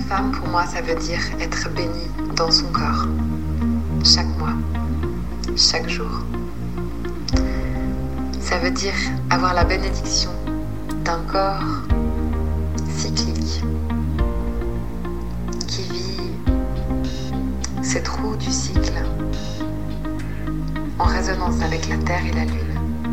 Femme, pour moi, ça veut dire être bénie dans son corps. Chaque mois, chaque jour. Ça veut dire avoir la bénédiction d'un corps cyclique qui vit ses trous du cycle en résonance avec la Terre et la Lune.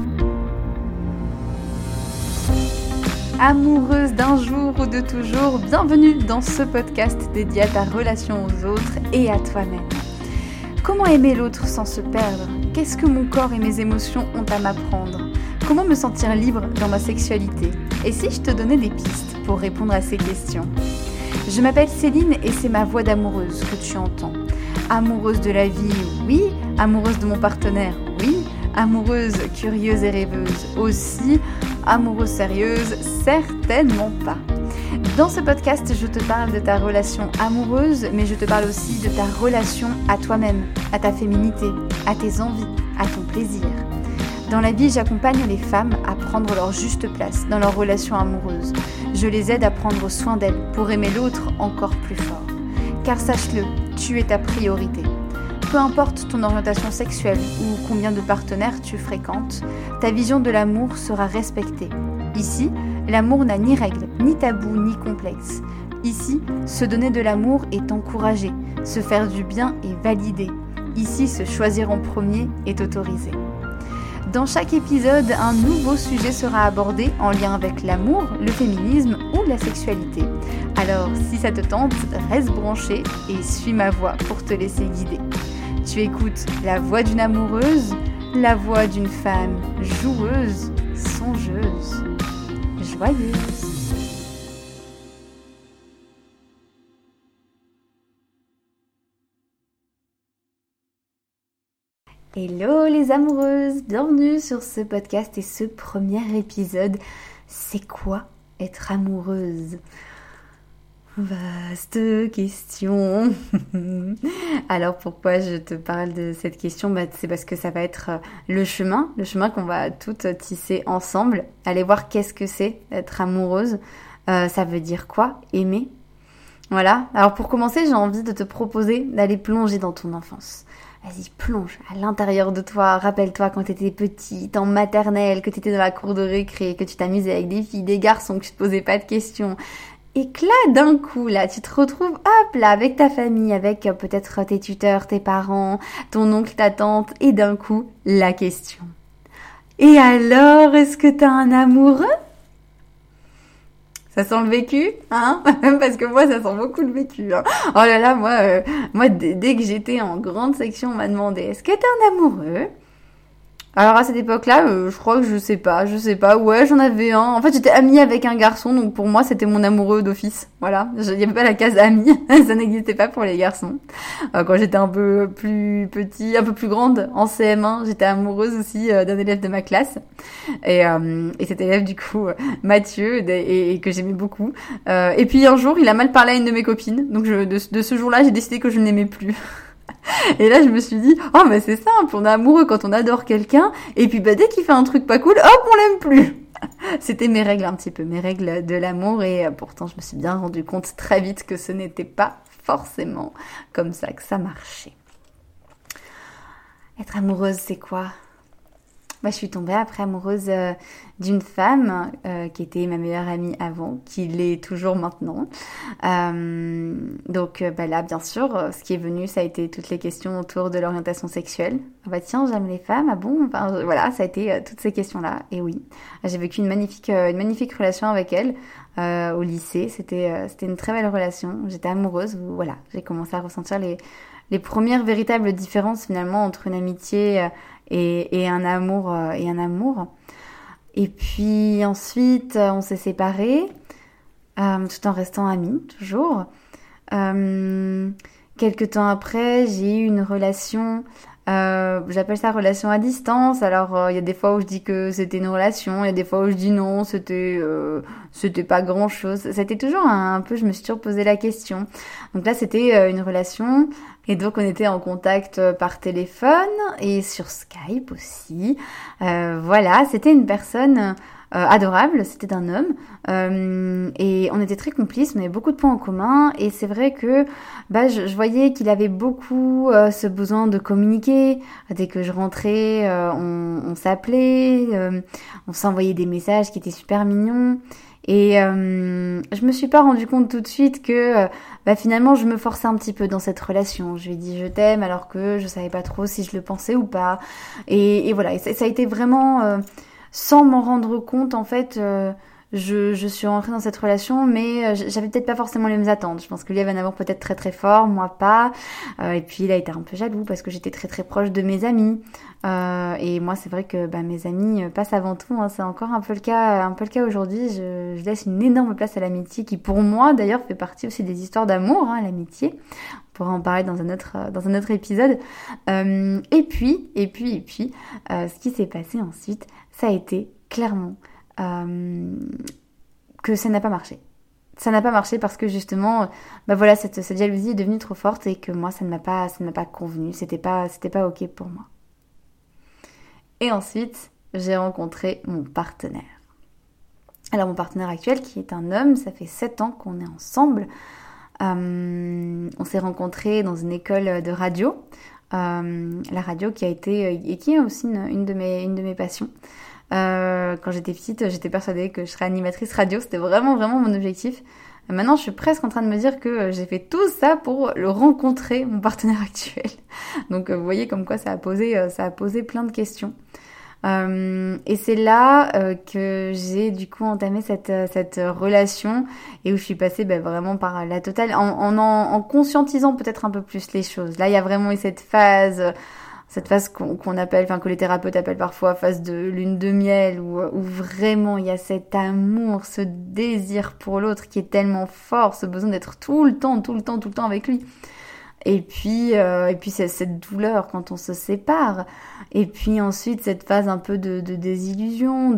Amoureuse d'un jour ou de toujours, bienvenue dans ce podcast dédié à ta relation aux autres et à toi-même. Comment aimer l'autre sans se perdre ? Qu'est-ce que mon corps et mes émotions ont à m'apprendre ? Comment me sentir libre dans ma sexualité ? Et si je te donnais des pistes pour répondre à ces questions ? Je m'appelle Céline et c'est ma voix d'amoureuse que tu entends. Amoureuse de la vie, oui. Amoureuse de mon partenaire, oui. Amoureuse, curieuse et rêveuse aussi. Amoureuse sérieuse, certainement pas. Dans ce podcast, je te parle de ta relation amoureuse, mais je te parle aussi de ta relation à toi-même, à ta féminité, à tes envies, à ton plaisir. Dans la vie, j'accompagne les femmes à prendre leur juste place dans leur relation amoureuse. Je les aide à prendre soin d'elles pour aimer l'autre encore plus fort. Car sache-le, tu es ta priorité. Peu importe ton orientation sexuelle ou combien de partenaires tu fréquentes, ta vision de l'amour sera respectée. Ici, l'amour n'a ni règles, ni tabous, ni complexes. Ici, se donner de l'amour est encouragé, se faire du bien est validé. Ici, se choisir en premier est autorisé. Dans chaque épisode, un nouveau sujet sera abordé en lien avec l'amour, le féminisme ou la sexualité. Alors, si ça te tente, reste branché et suis ma voix pour te laisser guider. Tu écoutes la voix d'une amoureuse, la voix d'une femme joueuse, songeuse, joyeuse. Hello les amoureuses, bienvenue sur ce podcast et ce premier épisode. C'est quoi être amoureuse ? Vaste question. Alors pourquoi je te parle de cette question ? C'est parce que ça va être le chemin qu'on va toutes tisser ensemble. Aller voir qu'est-ce que c'est être amoureuse. Ça veut dire quoi ? Aimer. Voilà. Alors pour commencer, j'ai envie de te proposer d'aller plonger dans ton enfance. Vas-y, plonge à l'intérieur de toi. Rappelle-toi quand t'étais petite, en maternelle, que t'étais dans la cour de récré, que tu t'amusais avec des filles, des garçons, que tu te posais pas de questions. Et que là, d'un coup, là, tu te retrouves, hop, là, avec ta famille, avec peut-être tes tuteurs, tes parents, ton oncle, ta tante, et d'un coup, la question. Et alors, est-ce que t'as un amoureux ? Ça sent le vécu, hein ? Parce que moi, ça sent beaucoup le vécu, hein. Oh là là, moi, dès que j'étais en grande section, on m'a demandé, est-ce que t'as un amoureux ? Alors à cette époque-là, je crois que je sais pas, ouais j'en avais un. En fait j'étais amie avec un garçon, donc pour moi c'était mon amoureux d'office, voilà. Il y avait pas la case amie, ça n'existait pas pour les garçons. Quand j'étais un peu plus petit, un peu plus grande, en CM1, j'étais amoureuse aussi d'un élève de ma classe. Et cet élève du coup, Mathieu, et que j'aimais beaucoup. Et puis un jour il a mal parlé à une de mes copines, donc de ce jour-là j'ai décidé que je ne l'aimais plus. Et là, je me suis dit, oh, mais c'est simple, on est amoureux quand on adore quelqu'un, et puis dès qu'il fait un truc pas cool, hop, on l'aime plus. C'était mes règles un petit peu, mes règles de l'amour, et pourtant, je me suis bien rendu compte très vite que ce n'était pas forcément comme ça que ça marchait. Être amoureuse, c'est quoi ? Je suis tombée après amoureuse d'une femme qui était ma meilleure amie avant, qui l'est toujours maintenant. Donc là, bien sûr, ce qui est venu, ça a été toutes les questions autour de l'orientation sexuelle. Ah bah tiens, j'aime les femmes, ah bon ? Enfin, voilà, ça a été toutes ces questions-là. Et oui, j'ai vécu une magnifique relation avec elle au lycée. C'était une très belle relation. J'étais amoureuse. Voilà, j'ai commencé à ressentir les premières véritables différences finalement entre une amitié et un amour. Et puis ensuite, on s'est séparés, tout en restant amis, toujours. Quelques temps après, j'ai eu une relation, j'appelle ça relation à distance. Alors, il y a des fois où je dis que c'était une relation, il y a des fois où je dis non, c'était pas grand-chose. C'était toujours un peu, je me suis toujours posé la question. Donc là, c'était une relation. Et donc, on était en contact par téléphone et sur Skype aussi. Voilà, c'était une personne adorable, c'était un homme, et on était très complices, on avait beaucoup de points en commun, et c'est vrai que je voyais qu'il avait beaucoup ce besoin de communiquer. Dès que je rentrais, on s'appelait, on s'envoyait des messages qui étaient super mignons. Et je me suis pas rendu compte tout de suite que finalement je me forçais un petit peu dans cette relation. Je lui ai dit je t'aime alors que je savais pas trop si je le pensais ou pas. Et voilà, et ça a été vraiment sans m'en rendre compte en fait. Je suis rentrée dans cette relation, mais j'avais peut-être pas forcément les mêmes attentes. Je pense que lui avait un amour peut-être très très fort, moi pas. Et puis il a été un peu jaloux parce que j'étais très très proche de mes amis. Et moi c'est vrai que mes amis passent avant tout. Hein. C'est encore un peu le cas aujourd'hui. Je laisse une énorme place à l'amitié, qui pour moi d'ailleurs fait partie aussi des histoires d'amour, hein, l'amitié. On pourra en parler dans un autre épisode. Et puis, ce qui s'est passé ensuite, ça a été clairement que ça n'a pas marché. Ça n'a pas marché parce que justement, cette jalousie est devenue trop forte et que moi, ça ne m'a pas convenu. C'était pas ok pour moi. Et ensuite, j'ai rencontré mon partenaire. Alors mon partenaire actuel, qui est un homme, ça fait 7 ans qu'on est ensemble. On s'est rencontrés dans une école de radio. La radio qui a été et qui est aussi une de mes passions. Quand j'étais petite, j'étais persuadée que je serais animatrice radio. C'était vraiment, vraiment mon objectif. Maintenant, je suis presque en train de me dire que j'ai fait tout ça pour le rencontrer, mon partenaire actuel. Donc, vous voyez comme quoi ça a posé plein de questions. Et c'est là que j'ai du coup entamé cette relation et où je suis passée vraiment par la totale, en conscientisant peut-être un peu plus les choses. Là, il y a vraiment eu cette phase qu'on appelle, que les thérapeutes appellent parfois phase de lune de miel, où vraiment il y a cet amour, ce désir pour l'autre qui est tellement fort, ce besoin d'être tout le temps avec lui. Et puis c'est cette douleur quand on se sépare. Et puis ensuite cette phase un peu de désillusion,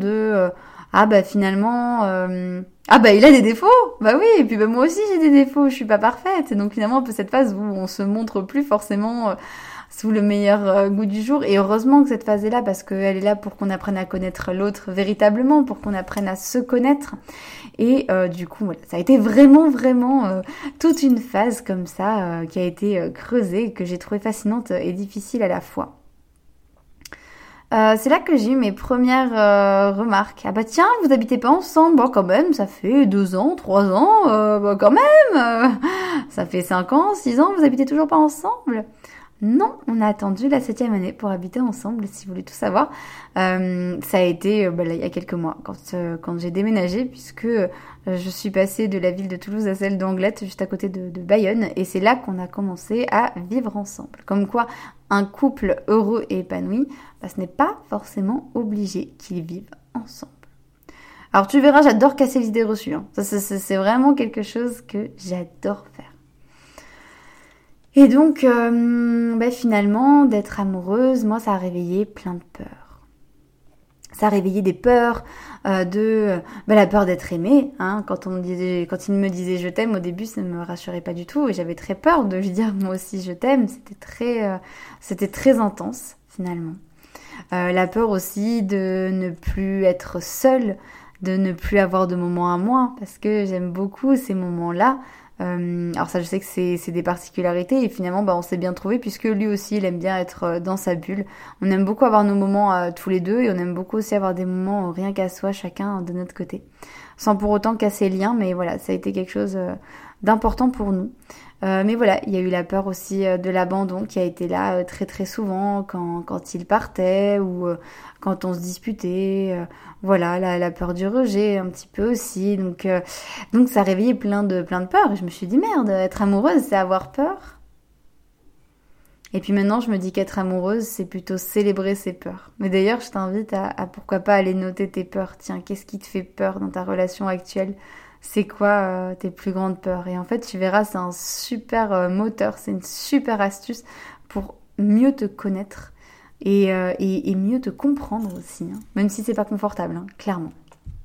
finalement il a des défauts. Bah oui, et puis moi aussi j'ai des défauts, je suis pas parfaite. Et donc finalement un peu cette phase où on se montre plus forcément sous le meilleur goût du jour. Et heureusement que cette phase est là, parce qu'elle est là pour qu'on apprenne à connaître l'autre véritablement, pour qu'on apprenne à se connaître. Et du coup, voilà, ça a été vraiment, vraiment toute une phase comme ça qui a été creusée, que j'ai trouvée fascinante et difficile à la fois. C'est là que j'ai eu mes premières remarques. Ah bah tiens, vous habitez pas ensemble? Bon, quand même, ça fait 2 ans, 3 ans, quand même, ça fait 5 ans, 6 ans, vous habitez toujours pas ensemble? Non, on a attendu la 7e année pour habiter ensemble, si vous voulez tout savoir. Ça a été il y a quelques mois, quand j'ai déménagé, puisque je suis passée de la ville de Toulouse à celle d'Anglet, juste à côté de Bayonne, et c'est là qu'on a commencé à vivre ensemble. Comme quoi, un couple heureux et épanoui, ce n'est pas forcément obligé qu'ils vivent ensemble. Alors tu verras, j'adore casser les idées reçues. Hein. Ça, c'est vraiment quelque chose que j'adore faire. Et donc, finalement, d'être amoureuse, moi, ça a réveillé plein de peurs. Ça a réveillé des peurs la peur d'être aimée. Hein. Quand il me disait je t'aime, au début, ça ne me rassurait pas du tout. Et j'avais très peur de lui dire moi aussi je t'aime. C'était très intense, finalement. La peur aussi de ne plus être seule, de ne plus avoir de moments à moi, parce que j'aime beaucoup ces moments-là. Alors ça, je sais que c'est des particularités et finalement on s'est bien trouvé, puisque lui aussi il aime bien être dans sa bulle. On aime beaucoup avoir nos moments tous les deux, et on aime beaucoup aussi avoir des moments rien qu'à soi, chacun de notre côté, sans pour autant casser le lien. Mais voilà, ça a été quelque chose d'important pour nous. Mais voilà, il y a eu la peur aussi de l'abandon qui a été là très très souvent quand il partait, ou quand on se disputait. Voilà, la peur du rejet un petit peu aussi. Donc ça a réveillé plein de peurs. Et je me suis dit merde, être amoureuse, c'est avoir peur. Et puis maintenant, je me dis qu'être amoureuse, c'est plutôt célébrer ses peurs. Mais d'ailleurs, je t'invite à pourquoi pas aller noter tes peurs. Tiens, qu'est-ce qui te fait peur dans ta relation actuelle ? C'est quoi tes plus grandes peurs? Et en fait, tu verras, c'est un super moteur, c'est une super astuce pour mieux te connaître et mieux te comprendre aussi, hein. Même si c'est pas confortable, hein, clairement.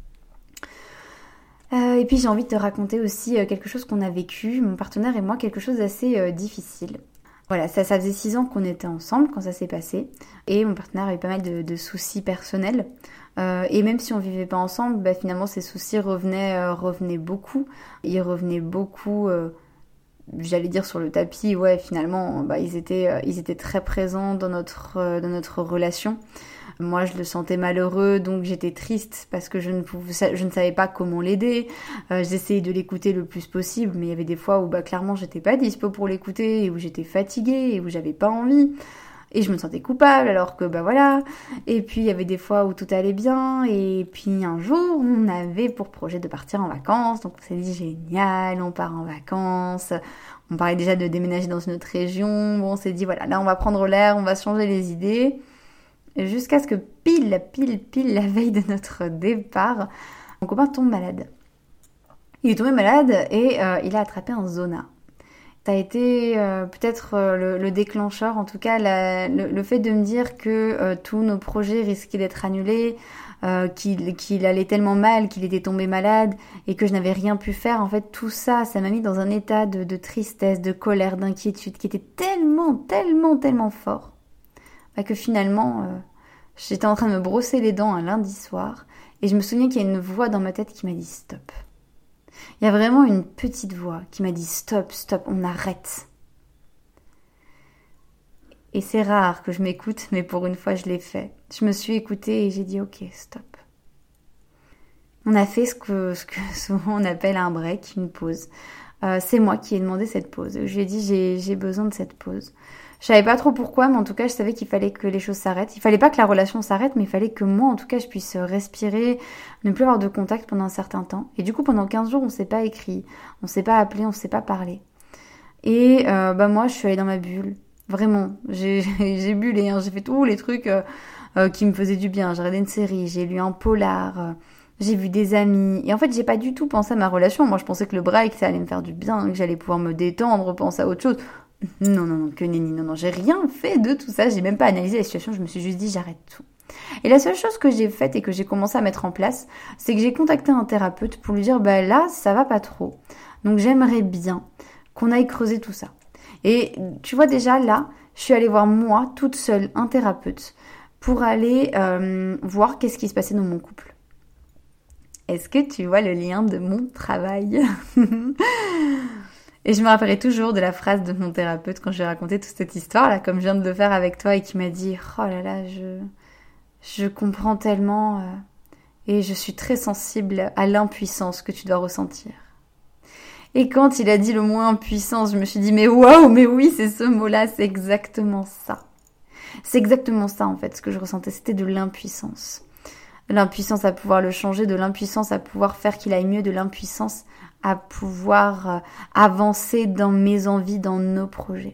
Et puis j'ai envie de te raconter aussi quelque chose qu'on a vécu, mon partenaire et moi, quelque chose d'assez difficile. Voilà, ça faisait 6 ans qu'on était ensemble quand ça s'est passé, et mon partenaire avait pas mal de soucis personnels. Et même si on vivait pas ensemble, finalement ces soucis revenaient beaucoup. Ils revenaient beaucoup, j'allais dire sur le tapis. Ouais, finalement, ils étaient très présents dans notre relation. Moi, je le sentais malheureux, donc j'étais triste parce que je ne savais pas comment l'aider. J'essayais de l'écouter le plus possible, mais il y avait des fois où clairement j'étais pas dispo pour l'écouter, et où j'étais fatiguée, et où j'avais pas envie. Et je me sentais coupable alors que voilà. Et puis il y avait des fois où tout allait bien. Et puis un jour, on avait pour projet de partir en vacances. Donc on s'est dit génial, on part en vacances. On parlait déjà de déménager dans une autre région. Bon, on s'est dit voilà, là on va prendre l'air, on va se changer les idées. Jusqu'à ce que pile la veille de notre départ, mon copain tombe malade. Il est tombé malade et il a attrapé un zona. Ça a été peut-être le déclencheur, en tout cas le fait de me dire que tous nos projets risquaient d'être annulés, qu'il allait tellement mal, qu'il était tombé malade et que je n'avais rien pu faire. En fait, tout ça, ça m'a mis dans un état de tristesse, de colère, d'inquiétude qui était tellement fort que finalement, j'étais en train de me brosser les dents un lundi soir et je me souviens qu'il y a une voix dans ma tête qui m'a dit stop. Il y a vraiment une petite voix qui m'a dit stop, on arrête. Et c'est rare que je m'écoute, mais pour une fois je l'ai fait. Je me suis écoutée et j'ai dit ok, stop. On a fait ce que souvent on appelle un break, une pause. C'est moi qui ai demandé cette pause. Je lui ai dit j'ai besoin de cette pause. Je savais pas trop pourquoi, mais en tout cas, je savais qu'il fallait que les choses s'arrêtent. Il fallait pas que la relation s'arrête, mais il fallait que moi, en tout cas, je puisse respirer, ne plus avoir de contact pendant un certain temps. Et du coup, pendant 15 jours, on s'est pas écrit, on s'est pas appelé, on s'est pas parlé. Et moi, je suis allée dans ma bulle. Vraiment, j'ai bullé, j'ai fait tous les trucs qui me faisaient du bien. J'ai regardé une série, j'ai lu un polar, j'ai vu des amis. Et en fait, j'ai pas du tout pensé à ma relation. Moi, je pensais que le break, ça allait me faire du bien, que j'allais pouvoir me détendre, penser à autre chose. Non, que nenni, non, j'ai rien fait de tout ça, j'ai même pas analysé la situation, je me suis juste dit j'arrête tout. Et la seule chose que j'ai faite et que j'ai commencé à mettre en place, c'est que j'ai contacté un thérapeute pour lui dire là, ça va pas trop. Donc j'aimerais bien qu'on aille creuser tout ça. Et tu vois déjà là, je suis allée voir moi, toute seule, un thérapeute, pour aller voir qu'est-ce qui se passait dans mon couple. Est-ce que tu vois le lien de mon travail ? Et je me rappellerai toujours de la phrase de mon thérapeute quand j'ai raconté toute cette histoire, là, comme je viens de le faire avec toi, et qui m'a dit « Oh là là, je comprends tellement et je suis très sensible à l'impuissance que tu dois ressentir. » Et quand il a dit le mot impuissance, je me suis dit « Mais waouh, mais oui, c'est ce mot-là, c'est exactement ça. » C'est exactement ça, en fait, ce que je ressentais, c'était de l'impuissance. L'impuissance à pouvoir le changer, de l'impuissance à pouvoir faire qu'il aille mieux, de l'impuissance à pouvoir avancer dans mes envies, dans nos projets.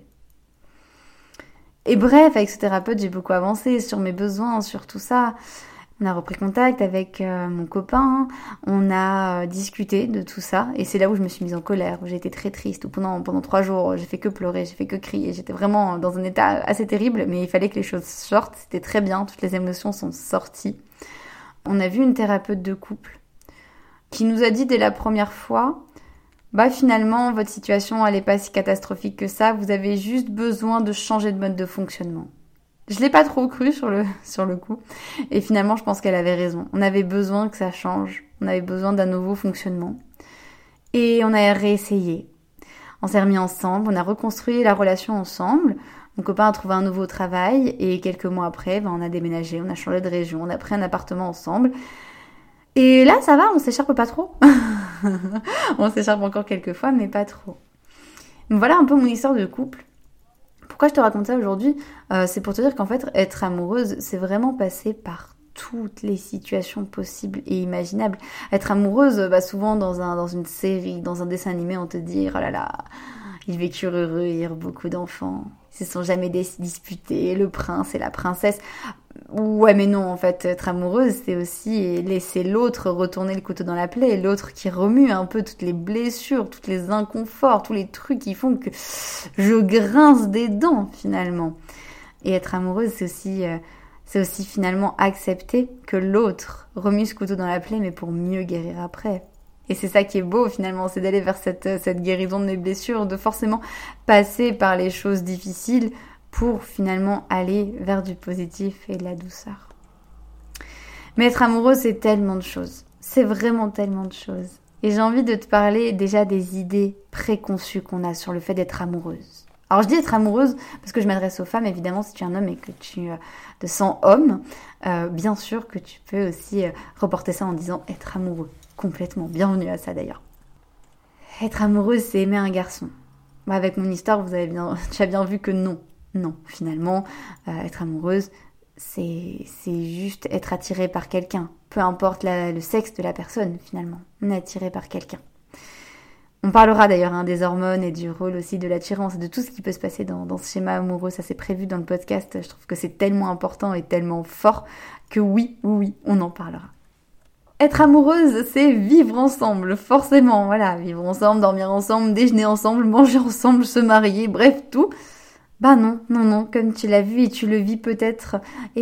Et bref, avec ce thérapeute, j'ai beaucoup avancé sur mes besoins, sur tout ça. On a repris contact avec mon copain, on a discuté de tout ça, et c'est là où je me suis mise en colère, où j'ai été très triste, où pendant 3 jours, j'ai fait que pleurer, j'ai fait que crier, j'étais vraiment dans un état assez terrible, mais il fallait que les choses sortent, c'était très bien, toutes les émotions sont sorties. On a vu une thérapeute de couple qui nous a dit dès la première fois, finalement, votre situation, elle est pas si catastrophique que ça, vous avez juste besoin de changer de mode de fonctionnement. Je l'ai pas trop cru sur le coup, et finalement, je pense qu'elle avait raison. On avait besoin que ça change, on avait besoin d'un nouveau fonctionnement. Et on a réessayé. On s'est remis ensemble, on a reconstruit la relation ensemble. Mon copain a trouvé un nouveau travail, et quelques mois après, on a déménagé, on a changé de région, on a pris un appartement ensemble. Et là, ça va, on s'écharpe pas trop. On s'écharpe encore quelques fois, mais pas trop. Voilà un peu mon histoire de couple. Pourquoi je te raconte ça aujourd'hui ? C'est pour te dire qu'en fait, être amoureuse, c'est vraiment passer par toutes les situations possibles et imaginables. Être amoureuse, souvent dans une série, dans un dessin animé, on te dit « Oh là là, ils vécurent heureux, ils eurent beaucoup d'enfants. Ils se sont jamais disputés, le prince et la princesse. » Ouais, mais non, en fait, être amoureuse, c'est aussi laisser l'autre retourner le couteau dans la plaie, l'autre qui remue un peu toutes les blessures, tous les inconforts, tous les trucs qui font que je grince des dents, finalement. Et être amoureuse, c'est aussi finalement accepter que l'autre remue ce couteau dans la plaie, mais pour mieux guérir après. Et c'est ça qui est beau, finalement, c'est d'aller vers cette guérison de mes blessures, de forcément passer par les choses difficiles, pour finalement aller vers du positif et de la douceur. Mais être amoureuse, c'est tellement de choses. C'est vraiment tellement de choses. Et j'ai envie de te parler déjà des idées préconçues qu'on a sur le fait d'être amoureuse. Alors je dis être amoureuse parce que je m'adresse aux femmes, évidemment, si tu es un homme et que tu te sens homme, bien sûr que tu peux aussi reporter ça en disant être amoureux. Complètement. Bienvenue à ça d'ailleurs. Être amoureuse, c'est aimer un garçon. Avec mon histoire, tu as bien vu que non. Non, finalement, être amoureuse, c'est juste être attiré par quelqu'un. Peu importe le sexe de la personne, finalement. On est attiré par quelqu'un. On parlera d'ailleurs des hormones et du rôle aussi de l'attirance, de tout ce qui peut se passer dans ce schéma amoureux. Ça, c'est prévu dans le podcast. Je trouve que c'est tellement important et tellement fort que oui, on en parlera. Être amoureuse, c'est vivre ensemble, forcément. Voilà, vivre ensemble, dormir ensemble, déjeuner ensemble, manger ensemble, se marier, bref, tout. Bah non, comme tu l'as vu et tu le vis peut-être,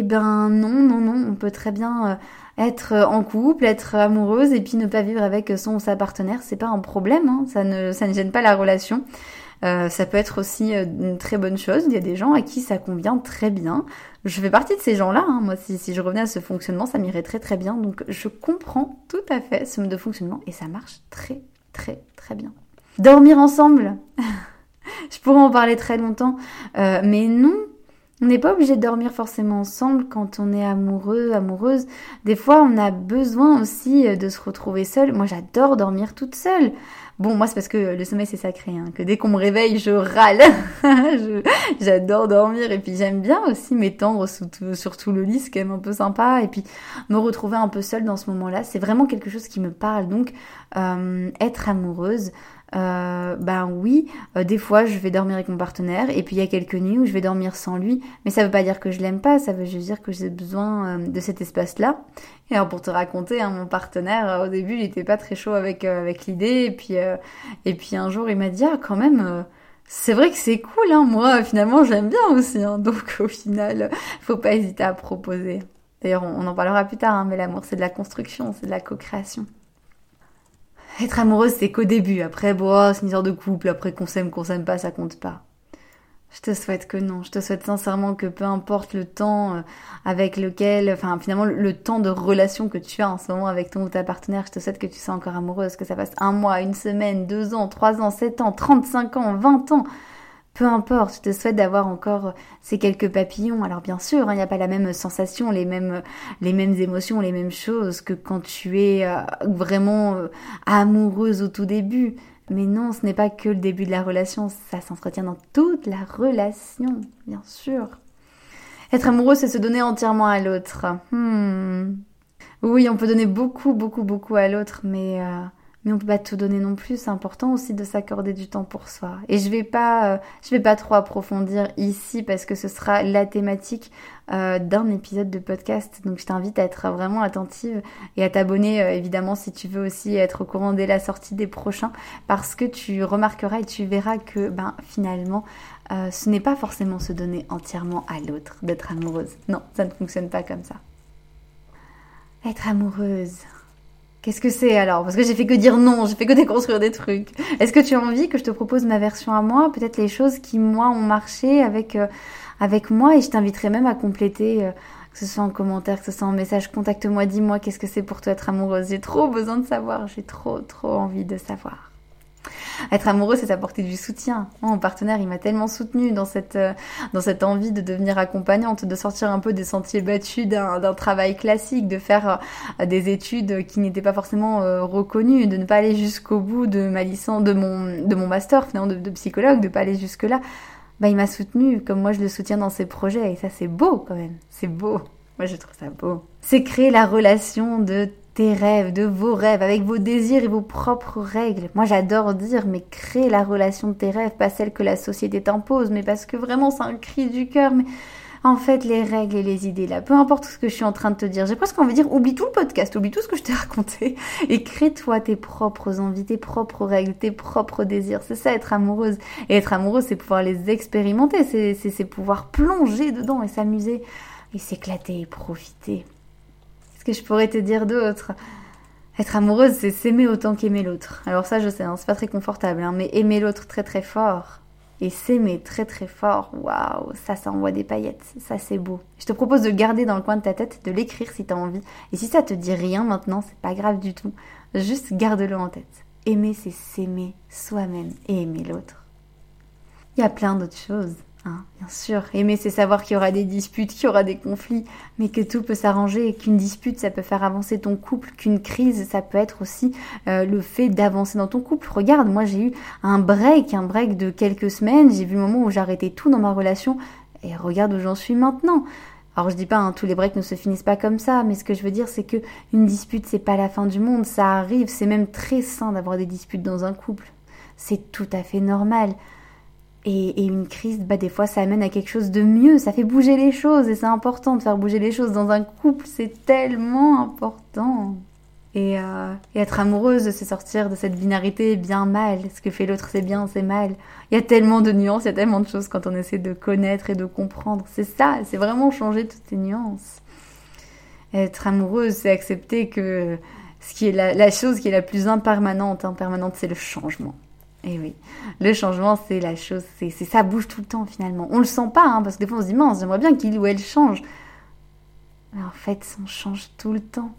non, on peut très bien être en couple, être amoureuse et puis ne pas vivre avec son ou sa partenaire, c'est pas un problème, hein, ça ne gêne pas la relation. Ça peut être aussi une très bonne chose, il y a des gens à qui ça convient très bien. Je fais partie de ces gens-là, hein. Moi si je revenais à ce fonctionnement, ça m'irait très très bien, donc je comprends tout à fait ce mode de fonctionnement et ça marche très très très bien. Dormir ensemble je pourrais en parler très longtemps, mais non, on n'est pas obligé de dormir forcément ensemble quand on est amoureux, amoureuse. Des fois, on a besoin aussi de se retrouver seul. Moi, j'adore dormir toute seule. Bon, moi, c'est parce que le sommeil, c'est sacré, hein, que dès qu'on me réveille, je râle. J'adore dormir et puis j'aime bien aussi m'étendre sur tout le lit, c'est quand même un peu sympa. Et puis, me retrouver un peu seule dans ce moment-là, c'est vraiment quelque chose qui me parle. Donc, être amoureuse... oui, des fois je vais dormir avec mon partenaire et puis il y a quelques nuits où je vais dormir sans lui, mais ça veut pas dire que je l'aime pas, ça veut juste dire que j'ai besoin de cet espace-là. Et alors pour te raconter, hein, mon partenaire au début il était pas très chaud avec l'idée et puis un jour il m'a dit quand même c'est vrai que c'est cool, hein, moi finalement j'aime bien aussi, hein, donc au final faut pas hésiter à proposer. D'ailleurs on en parlera plus tard, hein, mais l'amour c'est de la construction, c'est de la co-création. Être amoureuse, c'est qu'au début. Après, c'est une histoire de couple. Après, qu'on s'aime pas, ça compte pas. Je te souhaite que non. Je te souhaite sincèrement que peu importe le temps avec lequel... Enfin, finalement, le temps de relation que tu as en ce moment avec ton ou ta partenaire, je te souhaite que tu sois encore amoureuse, que ça passe 1 mois, 1 semaine, 2 ans, 3 ans, 7 ans, 35 ans, 20 ans... Peu importe, je te souhaite d'avoir encore ces quelques papillons. Alors bien sûr, il n'y a pas la même sensation, les mêmes émotions, les mêmes choses que quand tu es vraiment amoureuse au tout début. Mais non, ce n'est pas que le début de la relation, ça s'entretient dans toute la relation, bien sûr. Être amoureux, c'est se donner entièrement à l'autre. Oui, on peut donner beaucoup à l'autre, mais on peut pas tout donner non plus. C'est important aussi de s'accorder du temps pour soi. Et je vais pas trop approfondir ici parce que ce sera la thématique d'un épisode de podcast. Donc je t'invite à être vraiment attentive et à t'abonner évidemment si tu veux aussi être au courant dès la sortie des prochains, parce que tu remarqueras et tu verras que finalement ce n'est pas forcément se donner entièrement à l'autre d'être amoureuse. Non, ça ne fonctionne pas comme ça. Être amoureuse, qu'est-ce que c'est alors? Parce que j'ai fait que dire non, j'ai fait que déconstruire des trucs. Est-ce que tu as envie que je te propose ma version à moi? Peut-être les choses qui, moi, ont marché avec moi, et je t'inviterai même à compléter, que ce soit en commentaire, que ce soit en message. Contacte-moi, dis-moi qu'est-ce que c'est pour toi être amoureuse. J'ai trop besoin de savoir, j'ai trop envie de savoir. Être amoureux, c'est apporter du soutien. Mon partenaire, il m'a tellement soutenue dans cette envie de devenir accompagnante, de sortir un peu des sentiers battus d'un travail classique, de faire des études qui n'étaient pas forcément reconnues, de ne pas aller jusqu'au bout de ma licence, de mon master finalement de psychologue, de pas aller jusque là. Il m'a soutenue comme moi je le soutiens dans ses projets, et ça c'est beau quand même. C'est beau. Moi je trouve ça beau. C'est créer la relation de tes rêves, de vos rêves, avec vos désirs et vos propres règles. Moi, j'adore dire, mais crée la relation de tes rêves, pas celle que la société t'impose, mais parce que vraiment, c'est un cri du cœur. Mais en fait, les règles et les idées, là, peu importe ce que je suis en train de te dire, j'ai presque envie de dire, oublie tout le podcast, oublie tout ce que je t'ai raconté, et crée-toi tes propres envies, tes propres règles, tes propres désirs. C'est ça, être amoureuse. Et être amoureuse, c'est pouvoir les expérimenter, c'est pouvoir plonger dedans et s'amuser, et s'éclater et profiter. Qu'est-ce que je pourrais te dire d'autre? Être amoureuse, c'est s'aimer autant qu'aimer l'autre. Alors ça, je sais, c'est pas très confortable, mais aimer l'autre très très fort. Et s'aimer très très fort, waouh, ça envoie des paillettes, ça c'est beau. Je te propose de le garder dans le coin de ta tête, de l'écrire si tu as envie. Et si ça te dit rien maintenant, c'est pas grave du tout. Juste garde-le en tête. Aimer, c'est s'aimer soi-même et aimer l'autre. Il y a plein d'autres choses, hein, bien sûr. Aimer, c'est savoir qu'il y aura des disputes, qu'il y aura des conflits, mais que tout peut s'arranger et qu'une dispute, ça peut faire avancer ton couple, qu'une crise, ça peut être aussi le fait d'avancer dans ton couple. Regarde, moi j'ai eu un break de quelques semaines, j'ai vu le moment où j'arrêtais tout dans ma relation et regarde où j'en suis maintenant. Alors je dis pas, tous les breaks ne se finissent pas comme ça, mais ce que je veux dire c'est que une dispute c'est pas la fin du monde, ça arrive, c'est même très sain d'avoir des disputes dans un couple. C'est tout à fait normal. Et une crise, des fois ça amène à quelque chose de mieux, ça fait bouger les choses et c'est important de faire bouger les choses dans un couple, c'est tellement important. Et être amoureuse, c'est sortir de cette binarité bien-mal. Ce que fait l'autre, c'est bien, c'est mal. Il y a tellement de nuances, il y a tellement de choses quand on essaie de connaître et de comprendre. C'est ça, c'est vraiment changer toutes ces nuances. Être amoureuse, c'est accepter que ce qui est la chose qui est la plus impermanente, c'est le changement. Et oui, le changement, c'est la chose, c'est ça bouge tout le temps finalement. On le sent pas, parce que des fois on se dit, mince, j'aimerais bien qu'il ou elle change. Mais en fait, on change tout le temps.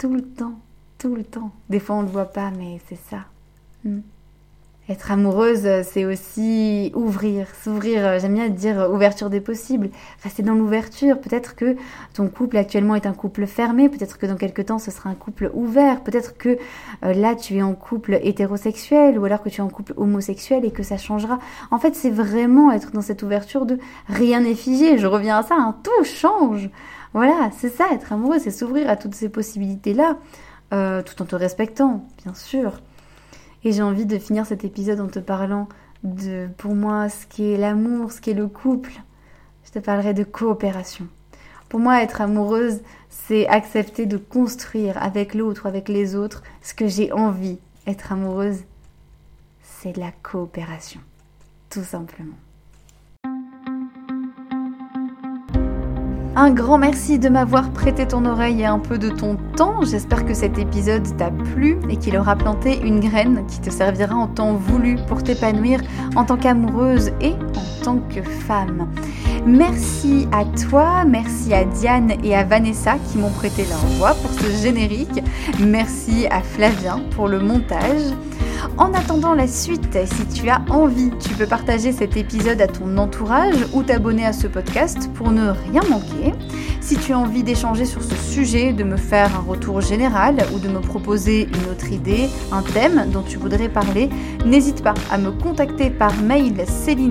Des fois, on le voit pas, mais c'est ça. Être amoureuse, c'est aussi s'ouvrir. J'aime bien dire ouverture des possibles. Rester dans l'ouverture. Peut-être que ton couple actuellement est un couple fermé. Peut-être que dans quelques temps, ce sera un couple ouvert. Peut-être que là, tu es en couple hétérosexuel ou alors que tu es en couple homosexuel et que ça changera. En fait, c'est vraiment être dans cette ouverture de rien n'est figé. Je reviens à ça, tout change. Voilà, c'est ça, être amoureux, c'est s'ouvrir à toutes ces possibilités-là, tout en te respectant, bien sûr. Et j'ai envie de finir cet épisode en te parlant de, pour moi, ce qui est l'amour, ce qui est le couple. Je te parlerai de coopération. Pour moi, être amoureuse, c'est accepter de construire avec l'autre, avec les autres, ce que j'ai envie. Être amoureuse, c'est de la coopération, tout simplement. Un grand merci de m'avoir prêté ton oreille et un peu de ton temps. J'espère que cet épisode t'a plu et qu'il aura planté une graine qui te servira en temps voulu pour t'épanouir en tant qu'amoureuse et en tant que femme. Merci à toi, merci à Diane et à Vanessa qui m'ont prêté leur voix pour ce générique. Merci à Flavien pour le montage. En attendant la suite, si tu as envie, tu peux partager cet épisode à ton entourage ou t'abonner à ce podcast pour ne rien manquer. Si tu as envie d'échanger sur ce sujet, de me faire un retour général ou de me proposer une autre idée, un thème dont tu voudrais parler, n'hésite pas à me contacter par mail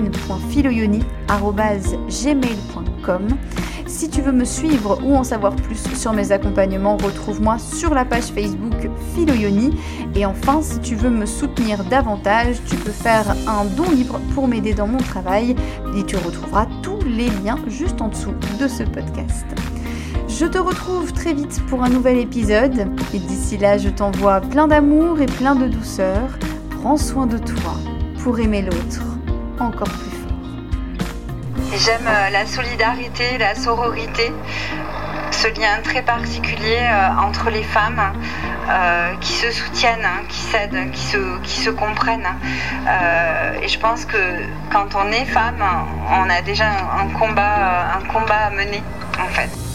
celine.filoyoni@gmail.com. Si tu veux me suivre ou en savoir plus sur mes accompagnements, retrouve-moi sur la page Facebook Philoyoni. Et enfin, si tu veux me soutenir davantage, tu peux faire un don libre pour m'aider dans mon travail et tu retrouveras tous les liens juste en dessous de ce podcast. Je te retrouve très vite pour un nouvel épisode et d'ici là, je t'envoie plein d'amour et plein de douceur. Prends soin de toi pour aimer l'autre encore plus fort. J'aime la solidarité, la sororité, ce lien très particulier entre les femmes qui se soutiennent, qui s'aident, qui se comprennent. Et je pense que quand on est femme, on a déjà un combat à mener en fait.